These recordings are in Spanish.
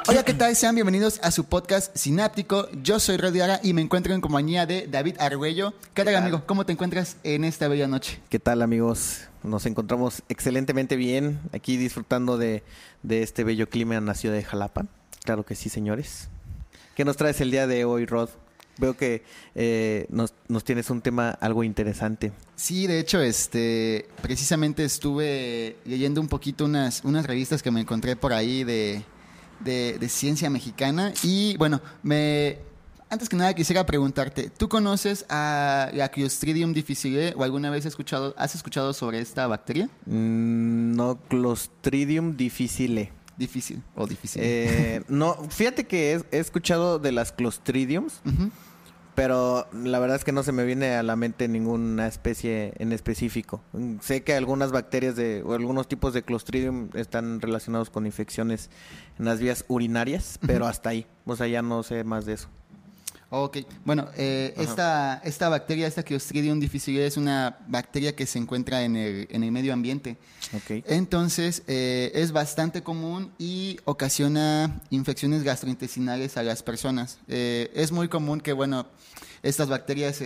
Hola, ¿qué tal? Sean bienvenidos a su podcast Sináptico. Yo soy Rod Lara y me encuentro en compañía de David Argüello. ¿Qué tal, amigo? ¿Cómo te encuentras en esta bella noche? ¿Qué tal, amigos? Nos encontramos excelentemente bien aquí disfrutando de este bello clima en la ciudad de Jalapa. Claro que sí, señores. ¿Qué nos traes el día de hoy, Rod? Veo que nos tienes un tema algo interesante. Sí, de hecho, precisamente estuve leyendo un poquito unas revistas que me encontré por ahí de ciencia mexicana y bueno, antes que nada quisiera preguntarte, ¿tú conoces a la Clostridium difficile o alguna vez has escuchado sobre esta bacteria? No, Clostridium difficile. Difícil o difícil. No, fíjate que he escuchado de las Clostridiums, pero la verdad es que no se me viene a la mente ninguna especie en específico. Sé que algunas bacterias o algunos tipos de Clostridium están relacionados con infecciones en las vías urinarias, pero hasta ahí. O sea, ya no sé más de eso. Ok, bueno, esta bacteria, esta Clostridium difficile, es una bacteria que se encuentra en el medio ambiente. Okay. Entonces, es bastante común y ocasiona infecciones gastrointestinales a las personas. Es muy común que, bueno, estas bacterias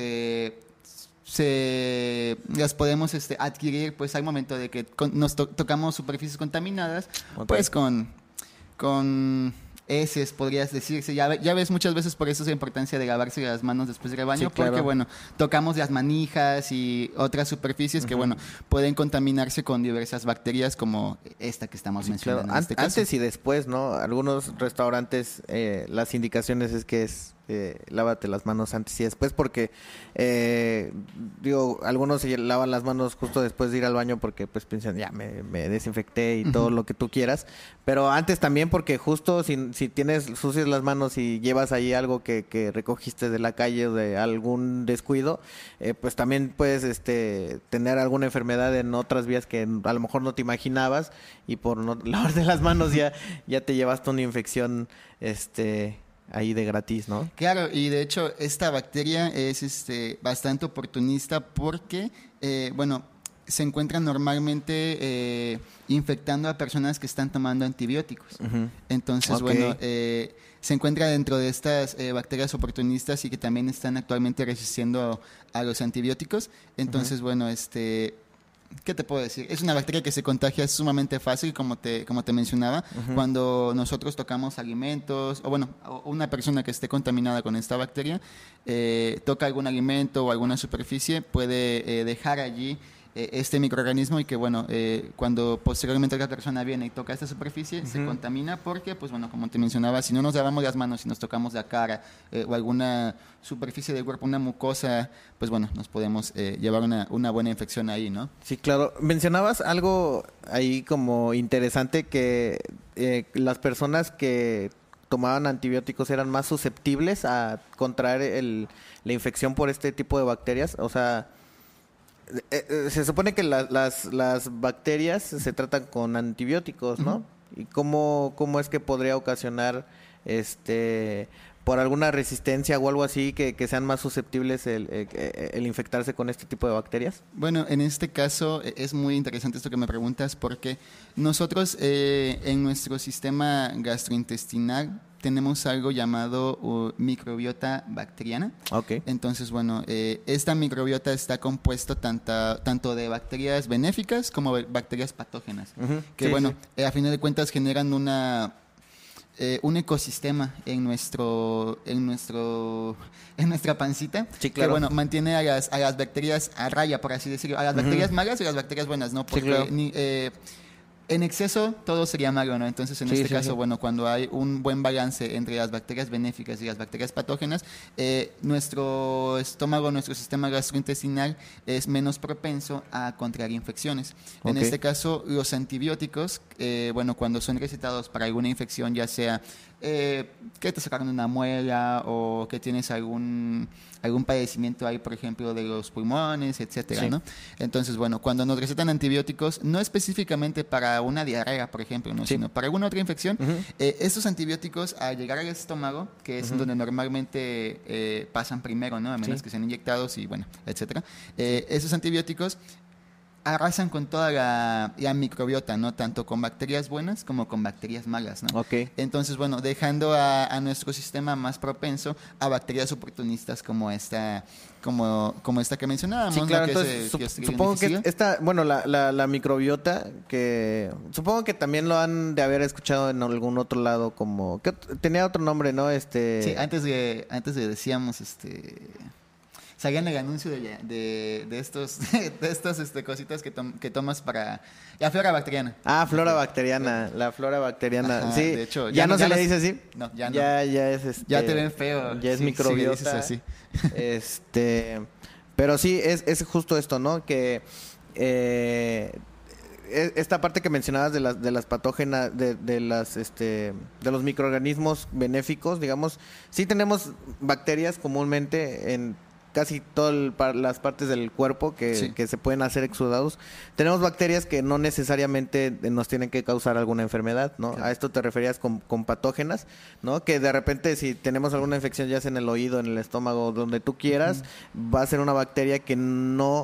las podemos adquirir pues al momento de que nos tocamos superficies contaminadas, okay, pues con heces, podrías decirse. Ya ves muchas veces, por eso es la importancia de lavarse las manos después del baño, sí, claro, porque bueno, tocamos las manijas y otras superficies que bueno, pueden contaminarse con diversas bacterias como esta que estamos mencionando. Claro. Antes y después, ¿no? Algunos restaurantes, las indicaciones es que lávate las manos antes y después porque algunos se lavan las manos justo después de ir al baño porque pues piensan ya me desinfecté y todo lo que tú quieras, pero antes también porque justo si tienes sucias las manos y llevas ahí algo que recogiste de la calle o de algún descuido, pues también puedes tener alguna enfermedad en otras vías que a lo mejor no te imaginabas y por no lavarte las manos ya te llevaste una infección ahí de gratis, ¿no? Claro, y de hecho esta bacteria es bastante oportunista porque, bueno, se encuentra normalmente infectando a personas que están tomando antibióticos. Entonces, okay, bueno, se encuentra dentro de estas bacterias oportunistas y que también están actualmente resistiendo a los antibióticos. Entonces, bueno, ¿qué te puedo decir? Es una bacteria que se contagia sumamente fácil, como te mencionaba. Cuando nosotros tocamos alimentos, o bueno, una persona que esté contaminada con esta bacteria, toca algún alimento o alguna superficie, puede dejar allí este microorganismo y que bueno, cuando posteriormente la persona viene y toca esta superficie, se contamina porque, pues bueno, como te mencionaba, si no nos lavamos las manos, si nos tocamos la cara o alguna superficie del cuerpo, una mucosa, pues bueno, nos podemos llevar una buena infección ahí, ¿no? Sí, claro. Mencionabas algo ahí como interesante que las personas que tomaban antibióticos eran más susceptibles a contraer la infección por este tipo de bacterias, o sea, se supone que las bacterias se tratan con antibióticos, ¿no? ¿Y cómo es que podría ocasionar por alguna resistencia o algo así que sean más susceptibles el infectarse con este tipo de bacterias? Bueno, en este caso es muy interesante esto que me preguntas porque nosotros en nuestro sistema gastrointestinal tenemos algo llamado microbiota bacteriana. Okay. Entonces, bueno, esta microbiota está compuesto tanto de bacterias benéficas como de bacterias patógenas, que sí, bueno, sí, a final de cuentas generan un ecosistema en nuestra pancita, sí, claro, que bueno, mantiene a las bacterias a raya, por así decirlo, a las bacterias malas y a las bacterias buenas, ¿no? Porque sí, claro, en exceso todo sería malo, ¿no? Entonces, en este caso, bueno, cuando hay un buen balance entre las bacterias benéficas y las bacterias patógenas, nuestro estómago, nuestro sistema gastrointestinal es menos propenso a contraer infecciones. En este caso, los antibióticos, bueno, cuando son recetados para alguna infección, ya sea que te sacaron una muela o que tienes algún padecimiento ahí, por ejemplo, de los pulmones, etcétera, ¿no? Entonces, bueno, cuando nos recetan antibióticos, no específicamente para una diarrea, por ejemplo, ¿no? Sino para alguna otra infección, estos antibióticos, al llegar al estómago, que es donde normalmente pasan primero, ¿no? A menos que sean inyectados y, bueno, etcétera. Esos antibióticos arrasan con toda la microbiota, ¿no? Tanto con bacterias buenas como con bacterias malas, ¿no? Ok. Entonces, bueno, dejando a nuestro sistema más propenso a bacterias oportunistas como esta que mencionábamos, Sí, claro, ¿no? entonces supongo que la microbiota, que supongo que también lo han de haber escuchado en algún otro lado, como que tenía otro nombre, ¿no? Sí, antes de decíamos, salían el anuncio de estos de estas cositas que tomas para la flora bacteriana. Ah, flora bacteriana, la flora bacteriana. Ajá, sí, de hecho, ya no se le dice así. No, ya no. Ya es Ya te ven feo. Ya es sí, microbiota. Si le dices así. Pero sí es justo esto, ¿no? Que esta parte que mencionabas de las patógenas, de los microorganismos benéficos, digamos, sí tenemos bacterias comúnmente en casi todas las partes del cuerpo que se pueden hacer exudados. Tenemos bacterias que no necesariamente nos tienen que causar alguna enfermedad, ¿no? Claro. A esto te referías con patógenas, ¿no? Que de repente si tenemos alguna infección ya sea en el oído, en el estómago, donde tú quieras, va a ser una bacteria que no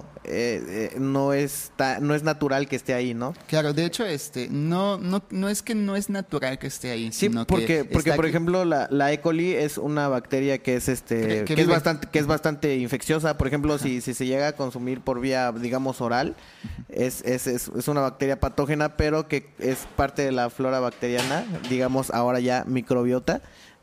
es natural que esté ahí, ¿no? Claro, de hecho, no es que no es natural que esté ahí, Sí, sino porque está por aquí. ejemplo la E. coli es una bacteria que es Que que vive. es bastante infecciosa. Por ejemplo, si se llega a consumir por vía, digamos, oral, es una bacteria patógena, pero que es parte de la flora bacteriana, digamos, ahora ya microbiota,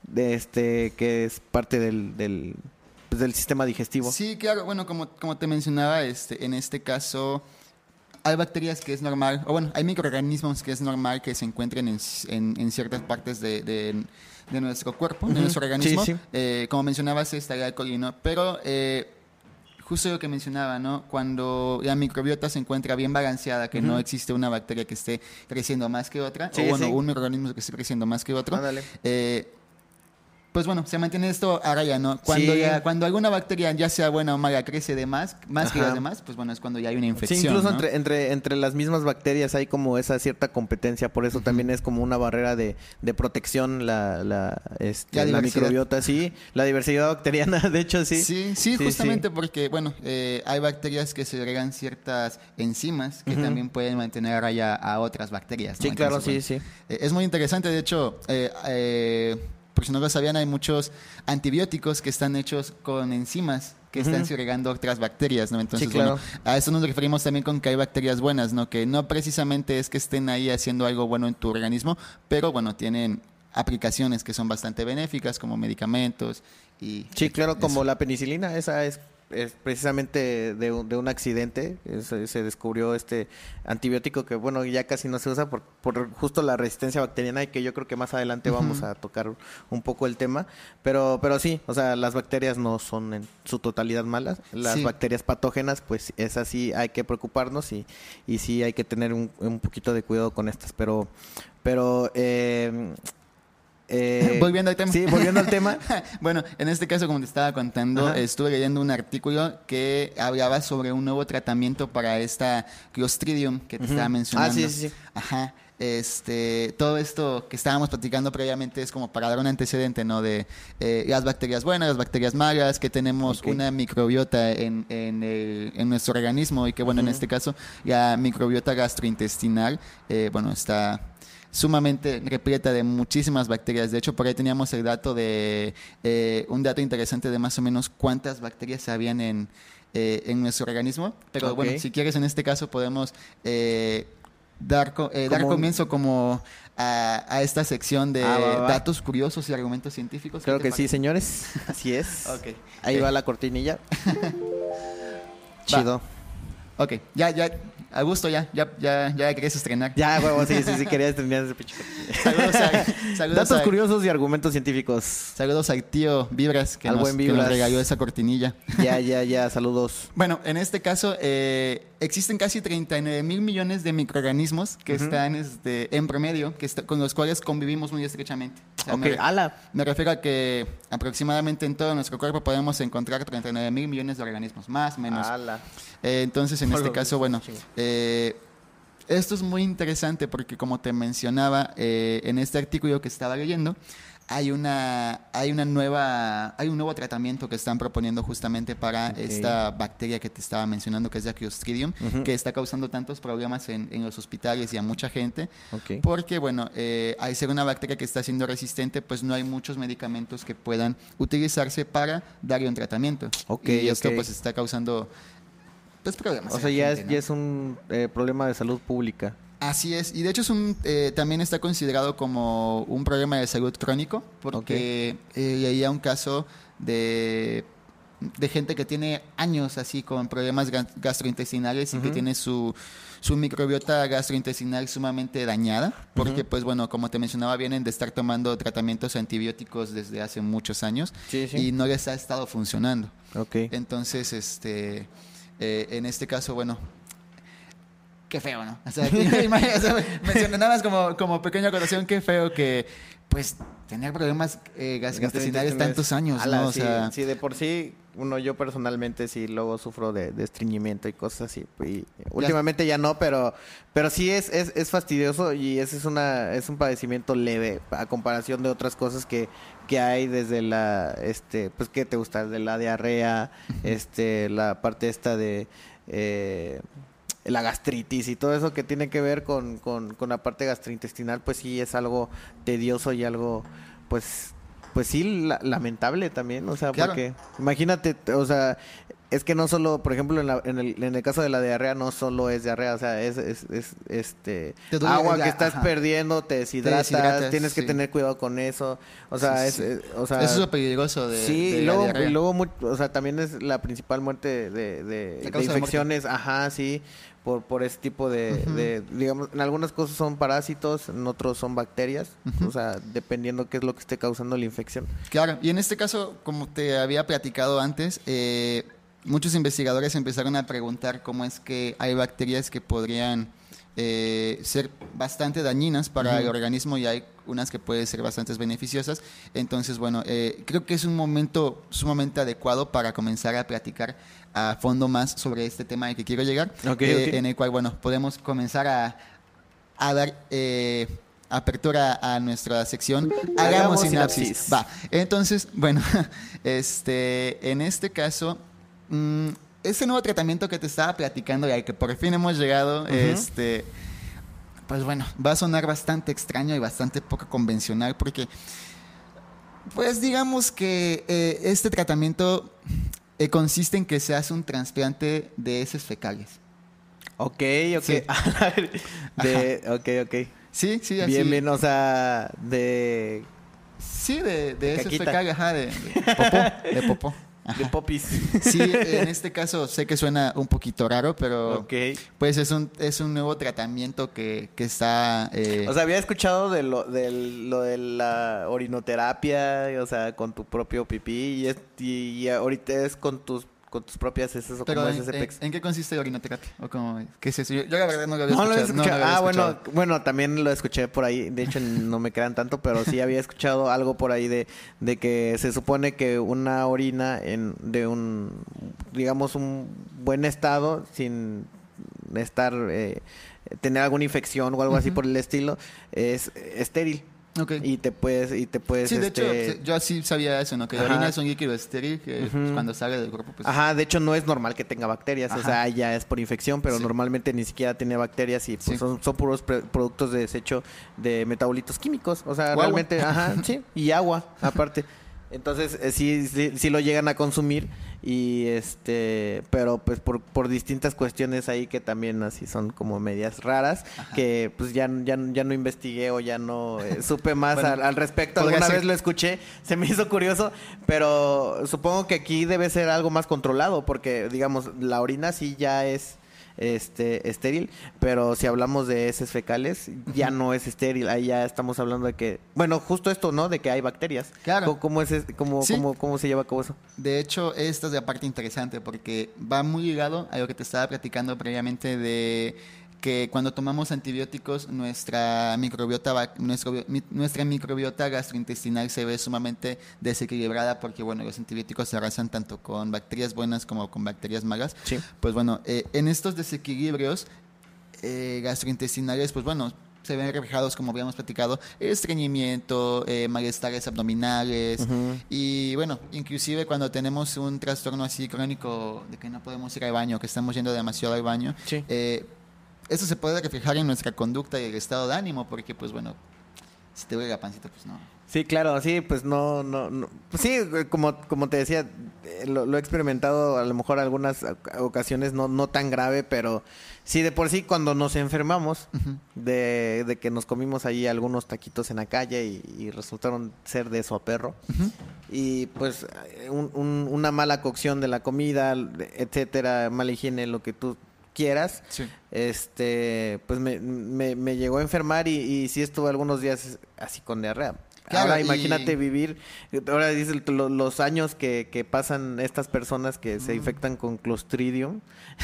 que es parte del sistema digestivo. Sí, claro, bueno, como te mencionaba, en este caso hay bacterias que es normal, o bueno, hay microorganismos que es normal que se encuentren en ciertas partes de nuestro cuerpo, de nuestro organismo. Sí, sí. Como mencionabas, está la E. coli, ¿no? Pero justo lo que mencionaba, ¿no? Cuando la microbiota se encuentra bien balanceada, que no existe una bacteria que esté creciendo más que otra, Sí, o bueno, sí. un microorganismo que esté creciendo más que otro, Ándale. pues bueno, se mantiene esto a raya, ¿no? Cuando alguna bacteria, ya sea buena o mala, crece de más que Ajá. las demás, pues bueno, es cuando ya hay una infección, Sí, incluso ¿no? entre las mismas bacterias hay como esa cierta competencia, por eso también es como una barrera de protección la diversidad. microbiota, sí, la diversidad bacteriana, de hecho sí. Sí, justamente porque, bueno, hay bacterias que segregan ciertas enzimas que también pueden mantener a raya a otras bacterias, ¿no? Sí, claro, Entonces, sí, bueno, sí. Es muy interesante, de hecho, por si no lo sabían, hay muchos antibióticos que están hechos con enzimas que están segregando otras bacterias, ¿no? Entonces, Sí, claro. bueno, a eso nos referimos también con que hay bacterias buenas, ¿no? Que no precisamente es que estén ahí haciendo algo bueno en tu organismo, pero bueno, tienen aplicaciones que son bastante benéficas como medicamentos y Sí, claro, eso. como la penicilina, esa es precisamente de un accidente, se descubrió este antibiótico que bueno, ya casi no se usa por justo la resistencia bacteriana y que yo creo que más adelante vamos a tocar un poco el tema, pero sí, o sea, las bacterias no son en su totalidad malas, las Sí. bacterias patógenas, pues esas sí hay que preocuparnos y sí hay que tener un poquito de cuidado con estas, pero volviendo al tema. Sí, volviendo al tema. Bueno, en este caso, como te estaba contando, Ajá. estuve leyendo un artículo que hablaba sobre un nuevo tratamiento para esta Clostridium que te estaba mencionando. Sí. Ajá. Todo esto que estábamos platicando previamente es como para dar un antecedente, ¿no? De las bacterias buenas, las bacterias malas, que tenemos una microbiota en nuestro organismo y que, bueno, en este caso, la microbiota gastrointestinal, bueno, está sumamente repleta de muchísimas bacterias. De hecho, por ahí teníamos el dato un dato interesante de más o menos cuántas bacterias habían en nuestro organismo. Pero bueno, si quieres, en este caso podemos dar comienzo como a esta sección de datos curiosos y argumentos científicos. Creo que sí, señores. Así es. Ok. Ahí va la cortinilla. Chido. Ok, ya, Augusto, ya querías estrenar. Ya, huevo, sí, quería estrenar ese pinche. Saludos Datos curiosos y argumentos científicos. Saludos al tío Vibras que Al nos buen Vibras. regaló esa cortinilla. Ya, saludos. Bueno, en este caso existen casi 39,000 millones de microorganismos que están en promedio, con los cuales convivimos muy estrechamente. O sea, me refiero a que aproximadamente en todo nuestro cuerpo podemos encontrar 39,000 millones de organismos, más o menos. Entonces, en este caso, bueno, esto es muy interesante porque, como te mencionaba en este artículo que estaba leyendo, hay un nuevo tratamiento que están proponiendo justamente para esta bacteria que te estaba mencionando, que es la Clostridium, que está causando tantos problemas en los hospitales y a mucha gente, porque, bueno, al ser una bacteria que está siendo resistente, pues no hay muchos medicamentos que puedan utilizarse para darle un tratamiento. Y esto pues está causando pues problemas. O sea, ya es un problema de salud pública. Así es, y de hecho también está considerado como un problema de salud crónico, porque leía un caso de gente que tiene años así con problemas gastrointestinales y que tiene su microbiota gastrointestinal sumamente dañada, porque pues bueno, como te mencionaba, vienen de estar tomando tratamientos antibióticos desde hace muchos años y no les ha estado funcionando. Entonces, en este caso, bueno, qué feo, ¿no? O sea, mencionabas como pequeña acotación, qué feo que, pues, tener problemas gastrointestinales tantos años, ¿no? Sí, de por sí, yo personalmente sí luego sufro de estreñimiento y cosas así. Y últimamente ya no, pero sí es fastidioso y ese es un padecimiento leve a comparación de otras cosas que hay desde pues, ¿qué te gusta? De la diarrea, la parte esta de la gastritis y todo eso que tiene que ver con la parte gastrointestinal, pues sí es algo tedioso y algo, pues sí, lamentable también, o sea, porque imagínate, o sea, es que no solo, por ejemplo, en el caso de la diarrea, no solo es diarrea, o sea, es agua que estás perdiendo, te deshidratas, tienes que tener cuidado con eso, o sea, eso es lo peligroso de y luego, la diarrea. O sea, también es la principal muerte de infecciones, sí, por ese tipo de, digamos, en algunas cosas son parásitos, en otros son bacterias, o sea, dependiendo qué es lo que esté causando la infección. Claro, y en este caso, como te había platicado antes, muchos investigadores empezaron a preguntar cómo es que hay bacterias que podrían ser bastante dañinas para el organismo y hay unas que pueden ser bastante beneficiosas. Entonces, bueno, creo que es un momento sumamente adecuado para comenzar a platicar a fondo más sobre este tema al que quiero llegar, en el cual, bueno, podemos comenzar a dar apertura a nuestra sección. Hagamos sinapsis. Va. Entonces, bueno, en este caso, ese nuevo tratamiento que te estaba platicando y al que por fin hemos llegado, pues bueno, va a sonar bastante extraño y bastante poco convencional porque, pues digamos que este tratamiento consiste en que se hace un trasplante de heces fecales. Ok. Sí. Ok. Sí, así. Bien, o sea, de... Sí, de heces fecales, de popó. Ajá. De popis. Sí, en este caso sé que suena un poquito raro, pero pues es un nuevo tratamiento que está... O sea, había escuchado de lo de la orinoterapia, o sea, con tu propio pipí, y ahorita es con tus propias heces, o como es ese pex. ¿En qué consiste la orinoterapia? ¿O cómo, qué es eso? Yo la verdad no lo había escuchado. Bueno, también lo escuché por ahí. De hecho, no me crean tanto, pero sí había escuchado algo por ahí de que se supone que una orina de un, digamos, un buen estado, sin estar tener alguna infección o algo así por el estilo, es estéril. Y te puedes sí, de hecho, yo así sabía eso, ¿no? Que la orina es un líquido estéril que pues, cuando sale del cuerpo, pues... de hecho no es normal que tenga bacterias, o sea, ya es por infección, pero normalmente ni siquiera tiene bacterias y pues son puros productos de desecho de metabolitos químicos, o sea, realmente, y agua, aparte. Entonces, sí lo llegan a consumir y pero pues por distintas cuestiones ahí que también así son como medias raras, que pues ya no investigué o ya no supe más al respecto. Alguna vez lo escuché, se me hizo curioso, pero supongo que aquí debe ser algo más controlado porque, digamos, la orina sí ya es estéril, pero si hablamos de heces fecales ya no es estéril, ahí ya estamos hablando de que, bueno, justo esto, ¿no? De que hay bacterias. Claro. ¿Cómo se lleva a cabo eso? De hecho, esta es la parte interesante porque va muy ligado a lo que te estaba platicando previamente de que cuando tomamos antibióticos nuestra microbiota gastrointestinal se ve sumamente desequilibrada porque bueno, los antibióticos se arrasan tanto con bacterias buenas como con bacterias malas. Pues bueno, en estos desequilibrios gastrointestinales, pues bueno, se ven reflejados, como habíamos platicado, estreñimiento, malestares abdominales y bueno, inclusive cuando tenemos un trastorno así crónico de que no podemos ir al baño, que estamos yendo demasiado al baño, eso se puede reflejar en nuestra conducta y el estado de ánimo, porque pues bueno, si te duele la pancita, pues no. Sí, claro, sí, pues no. Pues sí, como te decía, lo he experimentado a lo mejor algunas ocasiones, no tan grave, pero sí, de por sí cuando nos enfermamos de que nos comimos ahí algunos taquitos en la calle y resultaron ser de eso a perro, y pues una mala cocción de la comida, etcétera, mala higiene, lo que tú quieras, pues me llegó a enfermar y sí estuve algunos días así con diarrea. Claro, ahora imagínate vivir, ahora dices los años que pasan estas personas que se infectan con Clostridium,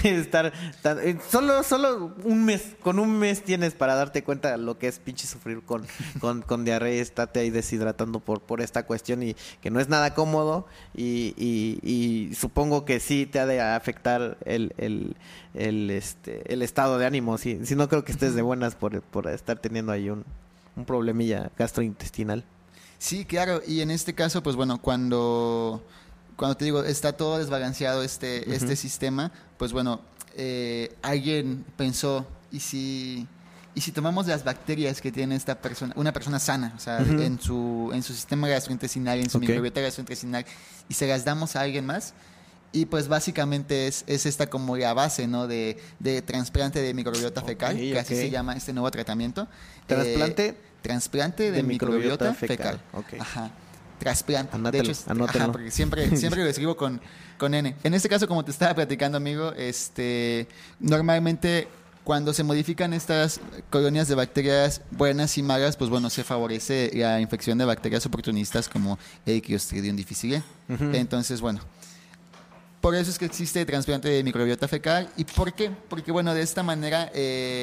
solo un mes, con un mes tienes para darte cuenta de lo que es pinche sufrir con diarrea y estarte ahí deshidratando por esta cuestión y que no es nada cómodo y supongo que sí te ha de afectar el estado de ánimo, si no creo que estés de buenas por estar teniendo ahí un problemilla gastrointestinal. Sí, claro, y en este caso, pues bueno, cuando te digo, está todo desbalanceado este sistema, pues bueno, alguien pensó, ¿y si tomamos las bacterias que tiene esta persona, una persona sana, o sea, en su sistema gastrointestinal, en su microbiota gastrointestinal, y se las damos a alguien más? Y pues básicamente es esta como la base, ¿no? De trasplante de microbiota fecal, que así se llama este nuevo tratamiento. Trasplante de microbiota fecal. Ajá. Trasplante. Anótelo, de hecho, anótelo. Porque siempre lo escribo con N. En este caso, como te estaba platicando, amigo, normalmente cuando se modifican estas colonias de bacterias buenas y malas, pues bueno, se favorece la infección de bacterias oportunistas como el Clostridium difficile. Entonces, bueno, por eso es que existe el trasplante de microbiota fecal. ¿Y por qué? Porque, bueno, de esta manera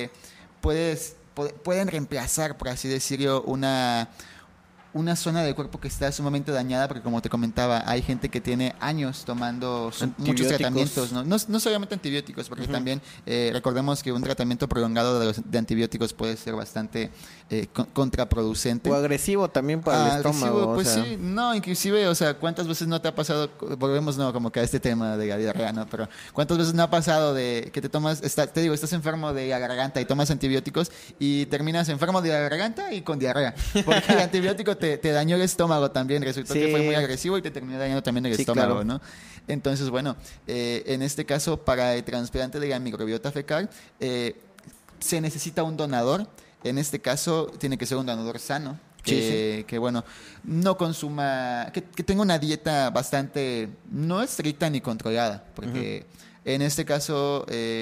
pueden reemplazar, por así decirlo, una zona del cuerpo que está sumamente dañada, porque como te comentaba, hay gente que tiene años tomando muchos tratamientos, no solamente antibióticos, porque también recordemos que un tratamiento prolongado de antibióticos puede ser bastante contraproducente. O agresivo también para el estómago. Pues sí, no, inclusive, o sea, ¿cuántas veces no te ha pasado? Volvemos, como que a este tema de la diarrea, ¿no? Pero ¿cuántas veces no ha pasado de que te tomas, estás enfermo de la garganta y tomas antibióticos y terminas enfermo de la garganta y con diarrea? Porque el antibiótico te dañó el estómago también, resultó que fue muy agresivo y te terminó dañando también el estómago, claro. ¿No? Entonces, bueno, en este caso, para el trasplante de la microbiota fecal, se necesita un donador. En este caso, tiene que ser un donador sano, que bueno, no consuma, que tenga una dieta bastante, no estricta ni controlada, porque en este caso,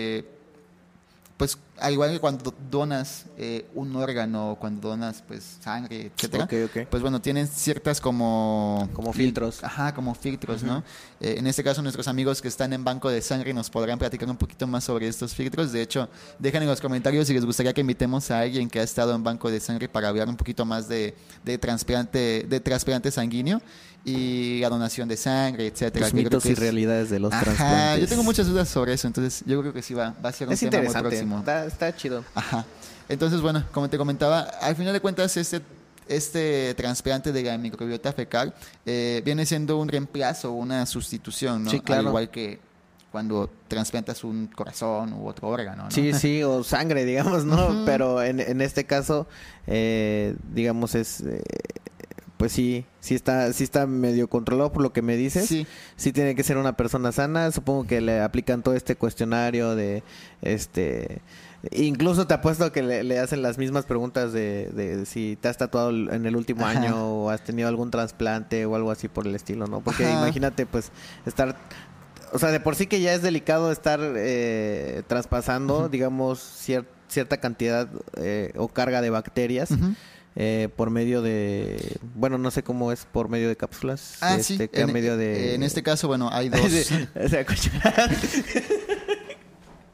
pues al igual que cuando donas un órgano, cuando donas pues sangre, etcétera, pues bueno, tienen ciertas como filtros. Como filtros, ¿no? En este caso, nuestros amigos que están en banco de sangre nos podrán platicar un poquito más sobre estos filtros. De hecho, dejen en los comentarios si les gustaría que invitemos a alguien que ha estado en banco de sangre para hablar un poquito más de trasplante sanguíneo y la donación de sangre, etcétera. Los mitos y realidades de los trasplantes. Yo tengo muchas dudas sobre eso, entonces yo creo que sí va a ser un tema muy próximo. Está chido. Entonces, bueno, como te comentaba, al final de cuentas este trasplante de la microbiota fecal viene siendo un reemplazo, una sustitución, ¿no? Sí, claro. Al igual que cuando trasplantas un corazón u otro órgano, ¿no? Sí, o sangre, digamos, ¿no? Pero en este caso, digamos, pues sí está medio controlado por lo que me dices. Sí tiene que ser una persona sana. Supongo que le aplican todo este cuestionario de incluso te apuesto que le hacen las mismas preguntas de si te has tatuado en el último año o has tenido algún trasplante o algo así por el estilo, ¿no? Porque imagínate, pues, estar... O sea, de por sí que ya es delicado estar traspasando, digamos, cierta cantidad o carga de bacterias por medio de... Bueno, no sé cómo es, por medio de cápsulas. Sí. En este caso, bueno, hay dos...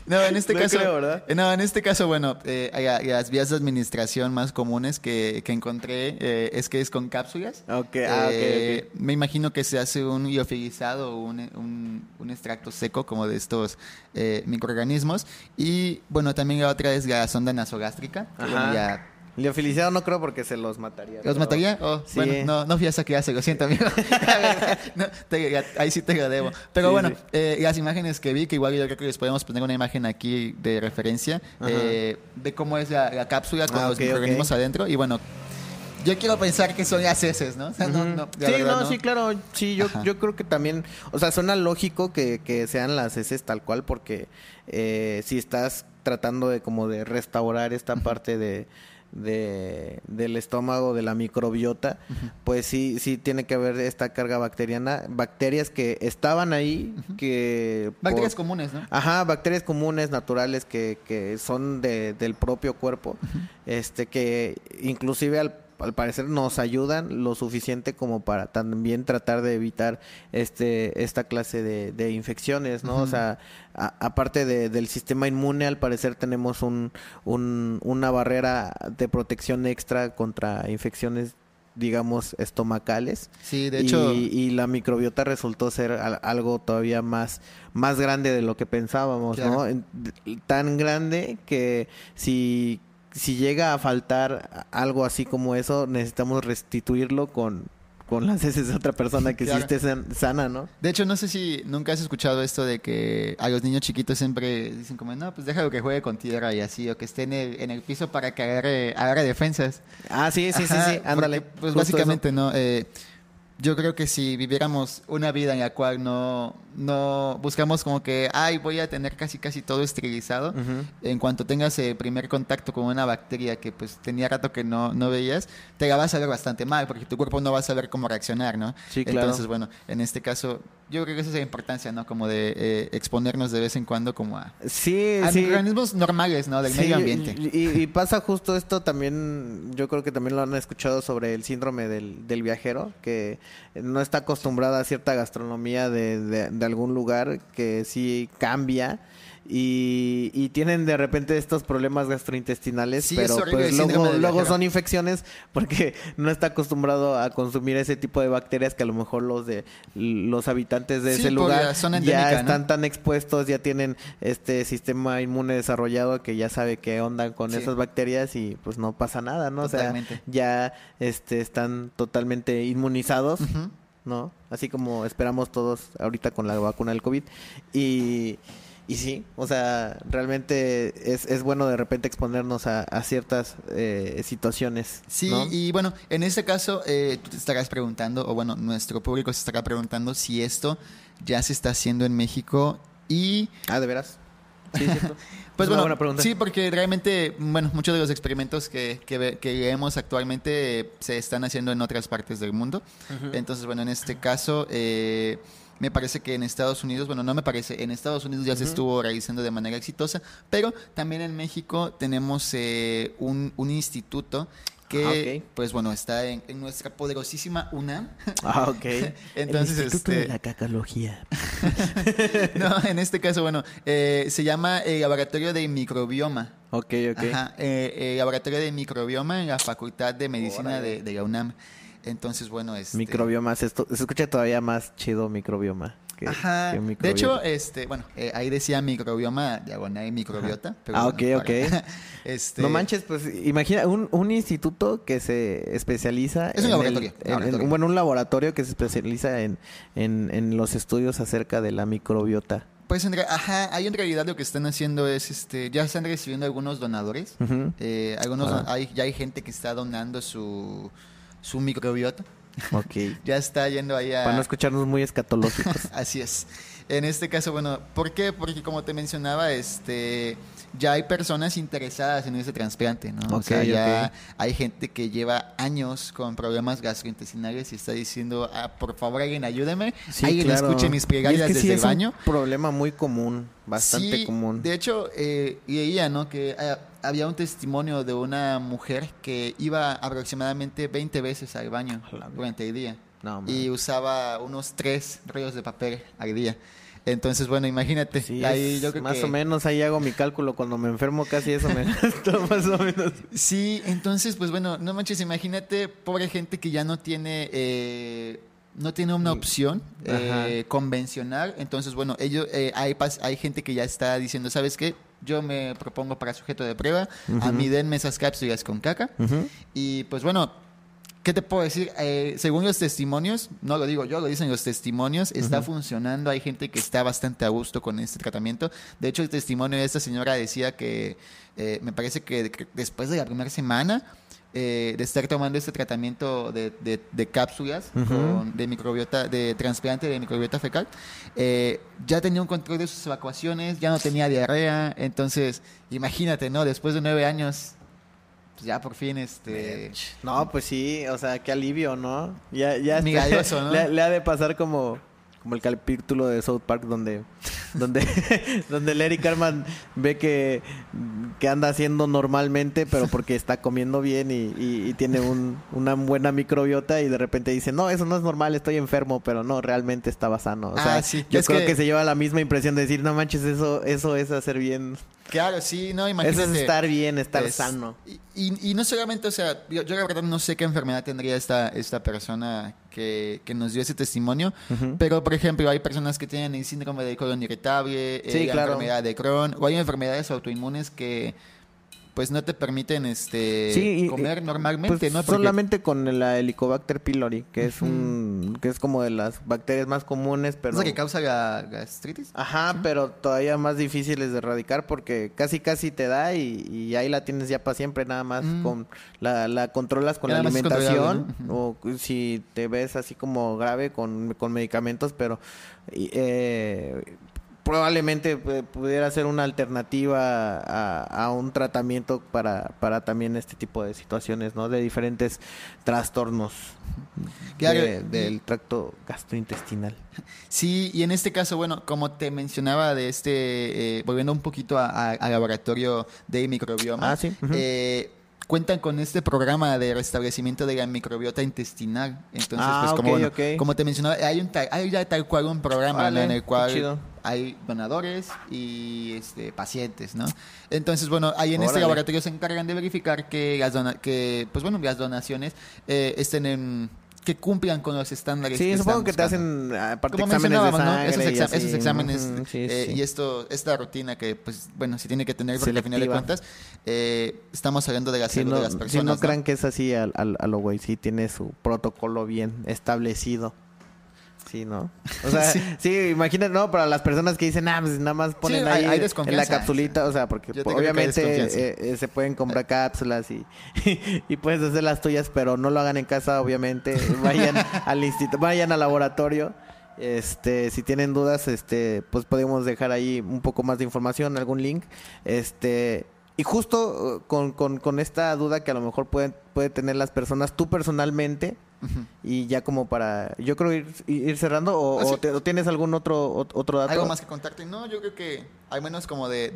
No, en este No caso, creo, ¿verdad? no, en este caso, bueno, las vías de administración más comunes que encontré es que es con cápsulas. Ok, Me imagino que se hace un liofilizado o un extracto seco como de estos microorganismos. Y bueno, también la otra es la sonda nasogástrica. Que, bueno, Ajá. ya Liofilizado no creo porque se los mataría. ¿los pero- mataría? Oh, Sí. bueno, no fui a esa clase, lo siento, amigo. No, ahí sí te lo debo. Pero Sí, bueno, sí. las imágenes que vi, que igual yo creo que les podemos poner una imagen aquí de referencia, Ajá. de cómo es la cápsula con Ah, los ok, microorganismos ok. adentro. Y bueno, yo quiero pensar que son las heces, ¿no? O sea, Ujú. la Sí, verdad, no, sí, claro. Sí, Ajá. yo creo que también, o sea, suena lógico que sean las heces tal cual, porque si estás tratando de como de restaurar esta parte del estómago, de la microbiota, pues sí tiene que haber esta carga bacteriana, bacterias que estaban ahí, que Bacterias por- comunes, ¿no? Ajá, bacterias comunes, naturales, que son del propio cuerpo, que inclusive al parecer nos ayudan lo suficiente como para también tratar de evitar esta clase de infecciones, ¿no? Ujú. O sea, aparte del sistema inmune, al parecer tenemos una barrera de protección extra contra infecciones, digamos, estomacales. Sí, de hecho, Y la microbiota resultó ser algo todavía más grande de lo que pensábamos, Claro. ¿no? Tan grande que si llega a faltar algo así como eso, necesitamos restituirlo con las heces de otra persona que Claro. sí esté sana, ¿no? de hecho, no sé si nunca has escuchado esto de que a los niños chiquitos siempre dicen como, no, pues déjalo que juegue con tierra y así, o que esté en el piso para que agarre defensas. Ah, sí, Ajá, ándale. porque, pues justo básicamente, ¿no? Yo creo que si viviéramos una vida en la cual no buscamos como que, ay, voy a tener casi todo esterilizado, eso. Ujú. en cuanto tengas primer contacto con una bacteria que pues tenía rato que no veías, te la vas a ver bastante mal, porque tu cuerpo no va a saber cómo reaccionar, ¿no? Sí, claro. Entonces, bueno, en este caso, yo creo que esa es la importancia, ¿no? Como de exponernos de vez en cuando como a Sí. organismos normales, ¿no? Del Sí, medio ambiente. y pasa justo esto también, yo creo que también lo han escuchado sobre el síndrome del viajero, que no está acostumbrada a cierta gastronomía de algún lugar, que sí cambia y tienen de repente estos problemas gastrointestinales, Sí, pero es horrible pues el síndrome luego, del luego viajero. son infecciones porque no está acostumbrado a consumir ese tipo de bacterias que a lo mejor los habitantes de Sí, ese por lugar la zona ya endémica, ¿no? están tan expuestos, ya tienen este sistema inmune desarrollado que ya sabe qué onda con Sí. esas bacterias y pues no pasa nada, ¿no? Totalmente. O sea, ya están totalmente inmunizados, Ujú. ¿no? Así como esperamos todos ahorita con la vacuna del COVID. Y sí, o sea, realmente es bueno de repente exponernos a ciertas situaciones. Sí, ¿no? y bueno, en este caso tú te estarás preguntando, o bueno, nuestro público se estará preguntando si esto ya se está haciendo en México y Ah, ¿de veras? Sí, es cierto. pues Es una bueno, buena pregunta. sí, porque realmente, bueno, muchos de los experimentos que leemos actualmente se están haciendo en otras partes del mundo. Ujú. Entonces, bueno, en este caso, me parece que en Estados Unidos, bueno, no me parece, en Estados Unidos ya se Ujú. estuvo realizando de manera exitosa, pero también en México tenemos un instituto que, ok. pues bueno, está en nuestra poderosísima UNAM. Ah, ok. Entonces, El Instituto de la Cacalogía. no, en este caso, bueno, se llama Laboratorio de Microbioma. Ok, ok. Ajá, Laboratorio de Microbioma en la Facultad de Medicina Órale. de la UNAM. Entonces, bueno, Microbioma, se escucha todavía más chido microbioma. Ajá. que De microbiota. hecho, bueno, ahí decía microbioma, diagonal microbiota. Pero Ah, bueno, ok, ok. No manches, pues imagina un instituto que se especializa Es un laboratorio, laboratorio. bueno, un laboratorio que se especializa en los estudios acerca de la microbiota. Pues ajá, ahí en realidad lo que están haciendo es, ya están recibiendo algunos donadores. Ujú. Ah. Ya hay gente que está donando su microbiota. Ok. Ya está yendo ahí a... Para no escucharnos muy escatológicos. Así es. En este caso, bueno, ¿por qué? Porque como te mencionaba, ya hay personas interesadas en ese trasplante, ¿no? O Ok, sea, ya ok. hay gente que lleva años con problemas gastrointestinales y está diciendo, por favor, alguien ayúdeme, alguien escuche mis Y plegarias es que sí desde es el baño. un problema muy común, bastante Sí, común. de hecho, leía, ¿no? Que había un testimonio de una mujer que iba aproximadamente 20 veces al baño A la durante el día No, man. y usaba unos 3 rollos de papel al día. Entonces, bueno, imagínate. Sí, ahí yo creo más que... o menos ahí hago mi cálculo. Cuando me enfermo casi eso me gasto más o menos. Sí, entonces, pues bueno, no manches, imagínate, pobre gente que ya no tiene una opción convencional. Entonces, bueno, hay gente que ya está diciendo, ¿sabes qué? Yo me propongo para sujeto de prueba, a mí denme esas cápsulas con caca. Y pues bueno, ¿qué te puedo decir? Según los testimonios, no lo digo yo, lo dicen los testimonios, está funcionando. Hay gente que está bastante a gusto con este tratamiento. De hecho, el testimonio de esta señora decía que me parece que después de la primera semana de estar tomando este tratamiento de cápsulas de microbiota, de trasplante de microbiota fecal, ya tenía un control de sus evacuaciones, ya no tenía diarrea. Entonces, imagínate, ¿no? Después de 9 años... Pues ya por fin, No, pues sí, o sea, qué alivio, ¿no? Ya migajoso, ¿no? Le ha de pasar como el capítulo de South Park donde Larry Cartman ve que anda haciendo normalmente, pero porque está comiendo bien y tiene una buena microbiota, y de repente dice, no, eso no es normal, estoy enfermo, pero no, realmente estaba sano. O sea, sí. yo creo que se lleva la misma impresión de decir, no manches, eso es hacer bien. Claro, sí, no, imagínate. Eso es estar bien, estar sano. Y no solamente, o sea, yo la verdad no sé qué enfermedad tendría esta persona que nos dio ese testimonio, pero por ejemplo hay personas que tienen el síndrome del colon irritable, la enfermedad de Crohn, o hay enfermedades autoinmunes que pues no te permiten comer normalmente, pues, ¿no? Solamente con la Helicobacter pylori, que es como de las bacterias más comunes, pero... ¿Es la que causa la gastritis? Ajá, ¿sí? Pero todavía más difíciles de erradicar porque casi te da y ahí la tienes ya para siempre, nada más con la controlas con la alimentación, ¿no? O si te ves así como grave con medicamentos, pero probablemente pudiera ser una alternativa a un tratamiento para también este tipo de situaciones, ¿no? De diferentes trastornos del tracto gastrointestinal. Sí, y en este caso, bueno, como te mencionaba volviendo un poquito al laboratorio de microbioma, cuentan con este programa de restablecimiento de la microbiota intestinal. Entonces, como te mencionaba, hay ya tal cual un programa, ¿no? En el cual hay donadores y pacientes, ¿no? Entonces, bueno, ahí en este laboratorio se encargan de verificar que las donaciones que cumplan con los estándares. Sí, supongo que te hacen aparte exámenes de sangre, ¿no? Esos exámenes y esta rutina que, pues, bueno, se tiene que tener porque al final de cuentas estamos hablando de la salud de las personas. Si no crean que es así a lo güey, sí tiene su protocolo bien establecido. Sí, ¿no? O sea, sí, imagínate, no, para las personas que dicen, pues nada más ponen ahí en la capsulita, o sea, porque obviamente se pueden comprar cápsulas y puedes hacer las tuyas, pero no lo hagan en casa, obviamente. Vayan al instituto, vayan al laboratorio. Si tienen dudas, pues podemos dejar ahí un poco más de información, algún link. Y justo con esta duda que a lo mejor puede tener las personas, tú personalmente, y ya como para, yo creo ir cerrando, o tienes algún otro dato. Algo más que contarte. No, yo creo que al menos como de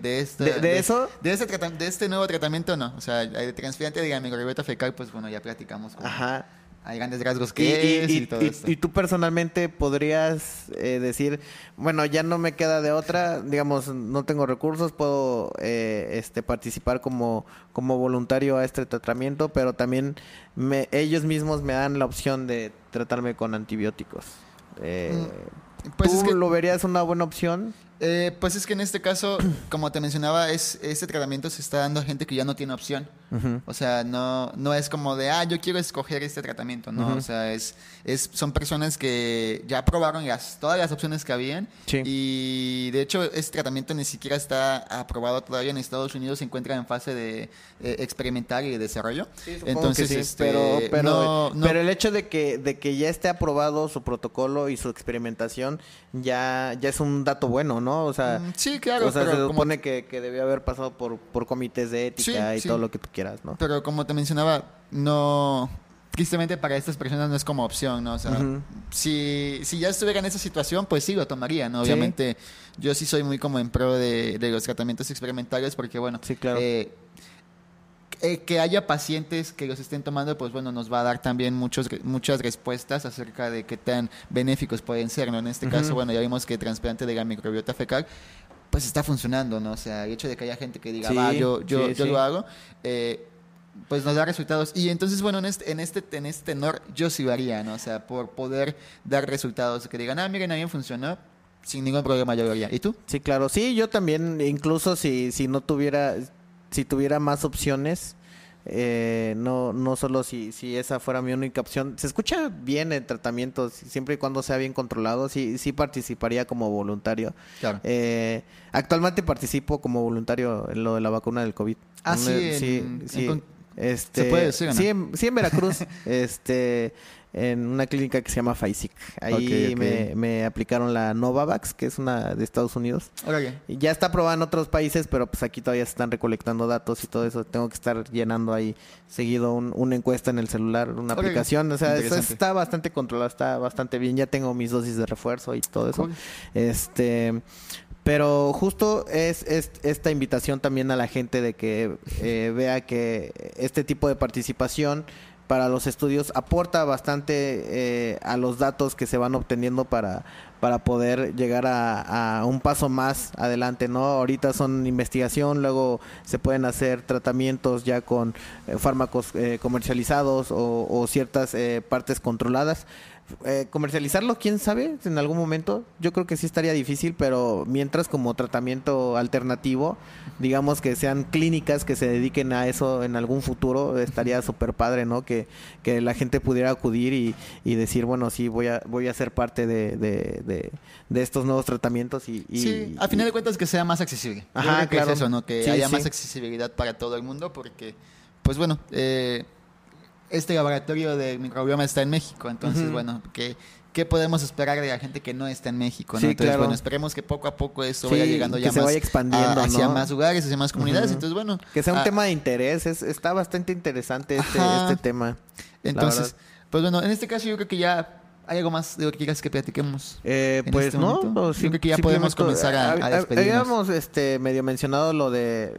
este nuevo tratamiento, no. O sea, el trasplante de la microbiota fecal, pues bueno, ya platicamos. Hay grandes rasgos y todo esto. Y tú personalmente podrías decir, bueno, ya no me queda de otra, digamos, no tengo recursos, puedo participar como voluntario a este tratamiento, pero también ellos mismos me dan la opción de tratarme con antibióticos. Pues ¿Tú lo verías una buena opción? Pues es que en este caso, como te mencionaba, este tratamiento se está dando a gente que ya no tiene opción. O sea, no es como de, yo quiero escoger este tratamiento, ¿no? O sea, son personas que ya probaron todas las opciones que habían. Sí. Y de hecho, este tratamiento ni siquiera está aprobado todavía en Estados Unidos, se encuentra en fase de experimental y de desarrollo. Sí, entonces, que sí. Pero el hecho de que ya esté aprobado su protocolo y su experimentación ya es un dato bueno, ¿no? O sea, sí, claro. O sea, se supone que debió haber pasado por comités de ética todo lo que tú quieras, ¿no? Pero como te mencionaba, tristemente para estas personas no es como opción, ¿no? O sea, si ya estuviera en esa situación, pues sí lo tomaría, ¿no? Obviamente, yo sí soy muy como en pro de los tratamientos experimentales porque, bueno, sí, claro. que haya pacientes que los estén tomando, pues bueno, nos va a dar también muchas respuestas acerca de qué tan benéficos pueden ser, ¿no? En este caso, bueno, ya vimos que el trasplante de la microbiota fecal pues está funcionando, ¿no? O sea, el hecho de que haya gente que diga, yo lo hago, pues nos da resultados. Y entonces, bueno, en este tenor yo sí lo haría, ¿no? O sea, por poder dar resultados que digan, miren, a mí me funcionó, sin ningún problema yo lo haría. ¿Y tú? Sí, claro. Sí, yo también, incluso si tuviera más opciones, no solo si esa fuera mi única opción. Se escucha bien el tratamiento, siempre y cuando sea bien controlado. Sí participaría como voluntario. Claro. Actualmente participo como voluntario en lo de la vacuna del COVID. ¿Se puede decir, no? Sí, en Veracruz, en una clínica que se llama FAISIC. Ahí Okay. me aplicaron la Novavax, que es una de Estados Unidos. Okay. Y ya está aprobada en otros países, pero pues aquí todavía se están recolectando datos y todo eso. Tengo que estar llenando ahí seguido una encuesta en el celular, una aplicación. O sea, eso está bastante controlado, está bastante bien. Ya tengo mis dosis de refuerzo y todo eso. Cool. Pero justo es esta invitación también a la gente de que vea que este tipo de participación para los estudios aporta bastante a los datos que se van obteniendo para poder llegar a un paso más adelante, ¿no? Ahorita son investigación, luego se pueden hacer tratamientos ya con fármacos comercializados o ciertas partes controladas. Comercializarlo, quién sabe, en algún momento yo creo que sí estaría difícil, pero mientras como tratamiento alternativo, digamos que sean clínicas que se dediquen a eso en algún futuro, estaría súper padre, ¿no? Que la gente pudiera acudir y decir, bueno, sí, voy a ser parte de estos nuevos tratamientos sí, a final de cuentas que sea más accesible. Ajá, que claro. es eso, ¿no? Que haya más accesibilidad para todo el mundo, porque pues bueno, este laboratorio de microbioma está en México, entonces, bueno, ¿qué podemos esperar de la gente que no está en México, ¿no? Sí, Entonces, claro. bueno, esperemos que poco a poco esto vaya llegando ya que se más vaya expandiendo, hacia ¿no? más lugares, hacia más comunidades, entonces, bueno. Que sea un tema de interés, está bastante interesante este tema. Entonces, pues bueno, en este caso yo creo que ya hay algo más de lo que quieras que platiquemos. Pues este no, momento. Yo creo que ya podemos comenzar a despedirnos. Habíamos medio mencionado lo de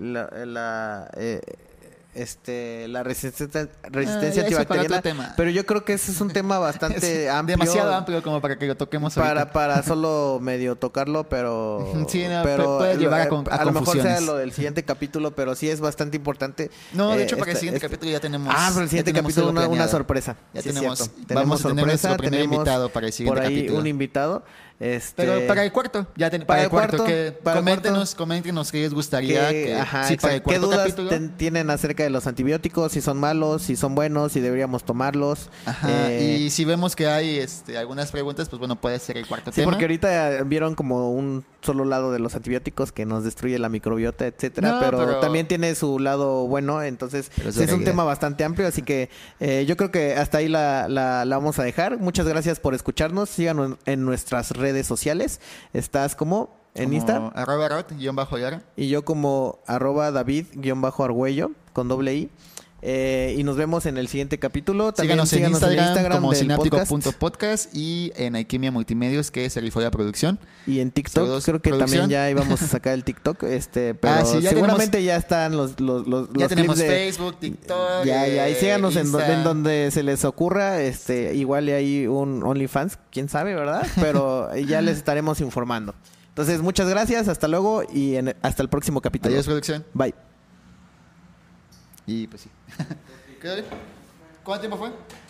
la resistencia antibacteriana, pero yo creo que ese es un tema bastante amplio, demasiado amplio como para que lo toquemos para solo medio tocarlo, pero sí, no, pero puede llevar a lo mejor sea lo del siguiente capítulo, pero sí es bastante importante. No, de hecho para el siguiente capítulo ya tenemos para el siguiente capítulo una sorpresa. Ya sí, tenemos vamos a tener nuestro primer invitado para el siguiente capítulo. Un invitado. Pero para el cuarto, para el cuarto, coméntenos qué les gustaría. ¿Qué dudas tienen acerca de los antibióticos? Si son malos, si son buenos, si deberíamos tomarlos. Y si vemos que hay algunas preguntas, pues bueno, puede ser el cuarto tema. Sí, porque ahorita vieron como un solo lado de los antibióticos que nos destruye la microbiota, etcétera, pero también tiene su lado bueno, entonces es un tema bastante amplio, así que yo creo que hasta ahí la vamos a dejar. Muchas gracias por escucharnos, síganos en nuestras redes sociales. Estás como en Insta @rod_yara y yo como @David_Argüello con doble I. Y nos vemos en el siguiente capítulo. También síganos en Instagram como sináptico.podcast y en Alquimia Multimedios, que es Rifolia Producción. Y en TikTok, creo que también ya íbamos a sacar el TikTok, pero seguramente ya están los ya tenemos clips de Facebook, TikTok, y síganos en donde se les ocurra, igual hay un OnlyFans, quién sabe, ¿verdad? Pero ya les estaremos informando. Entonces, muchas gracias, hasta luego y hasta el próximo capítulo. Adiós, producción. Bye. Y pues sí. ¿Cuánto tiempo fue?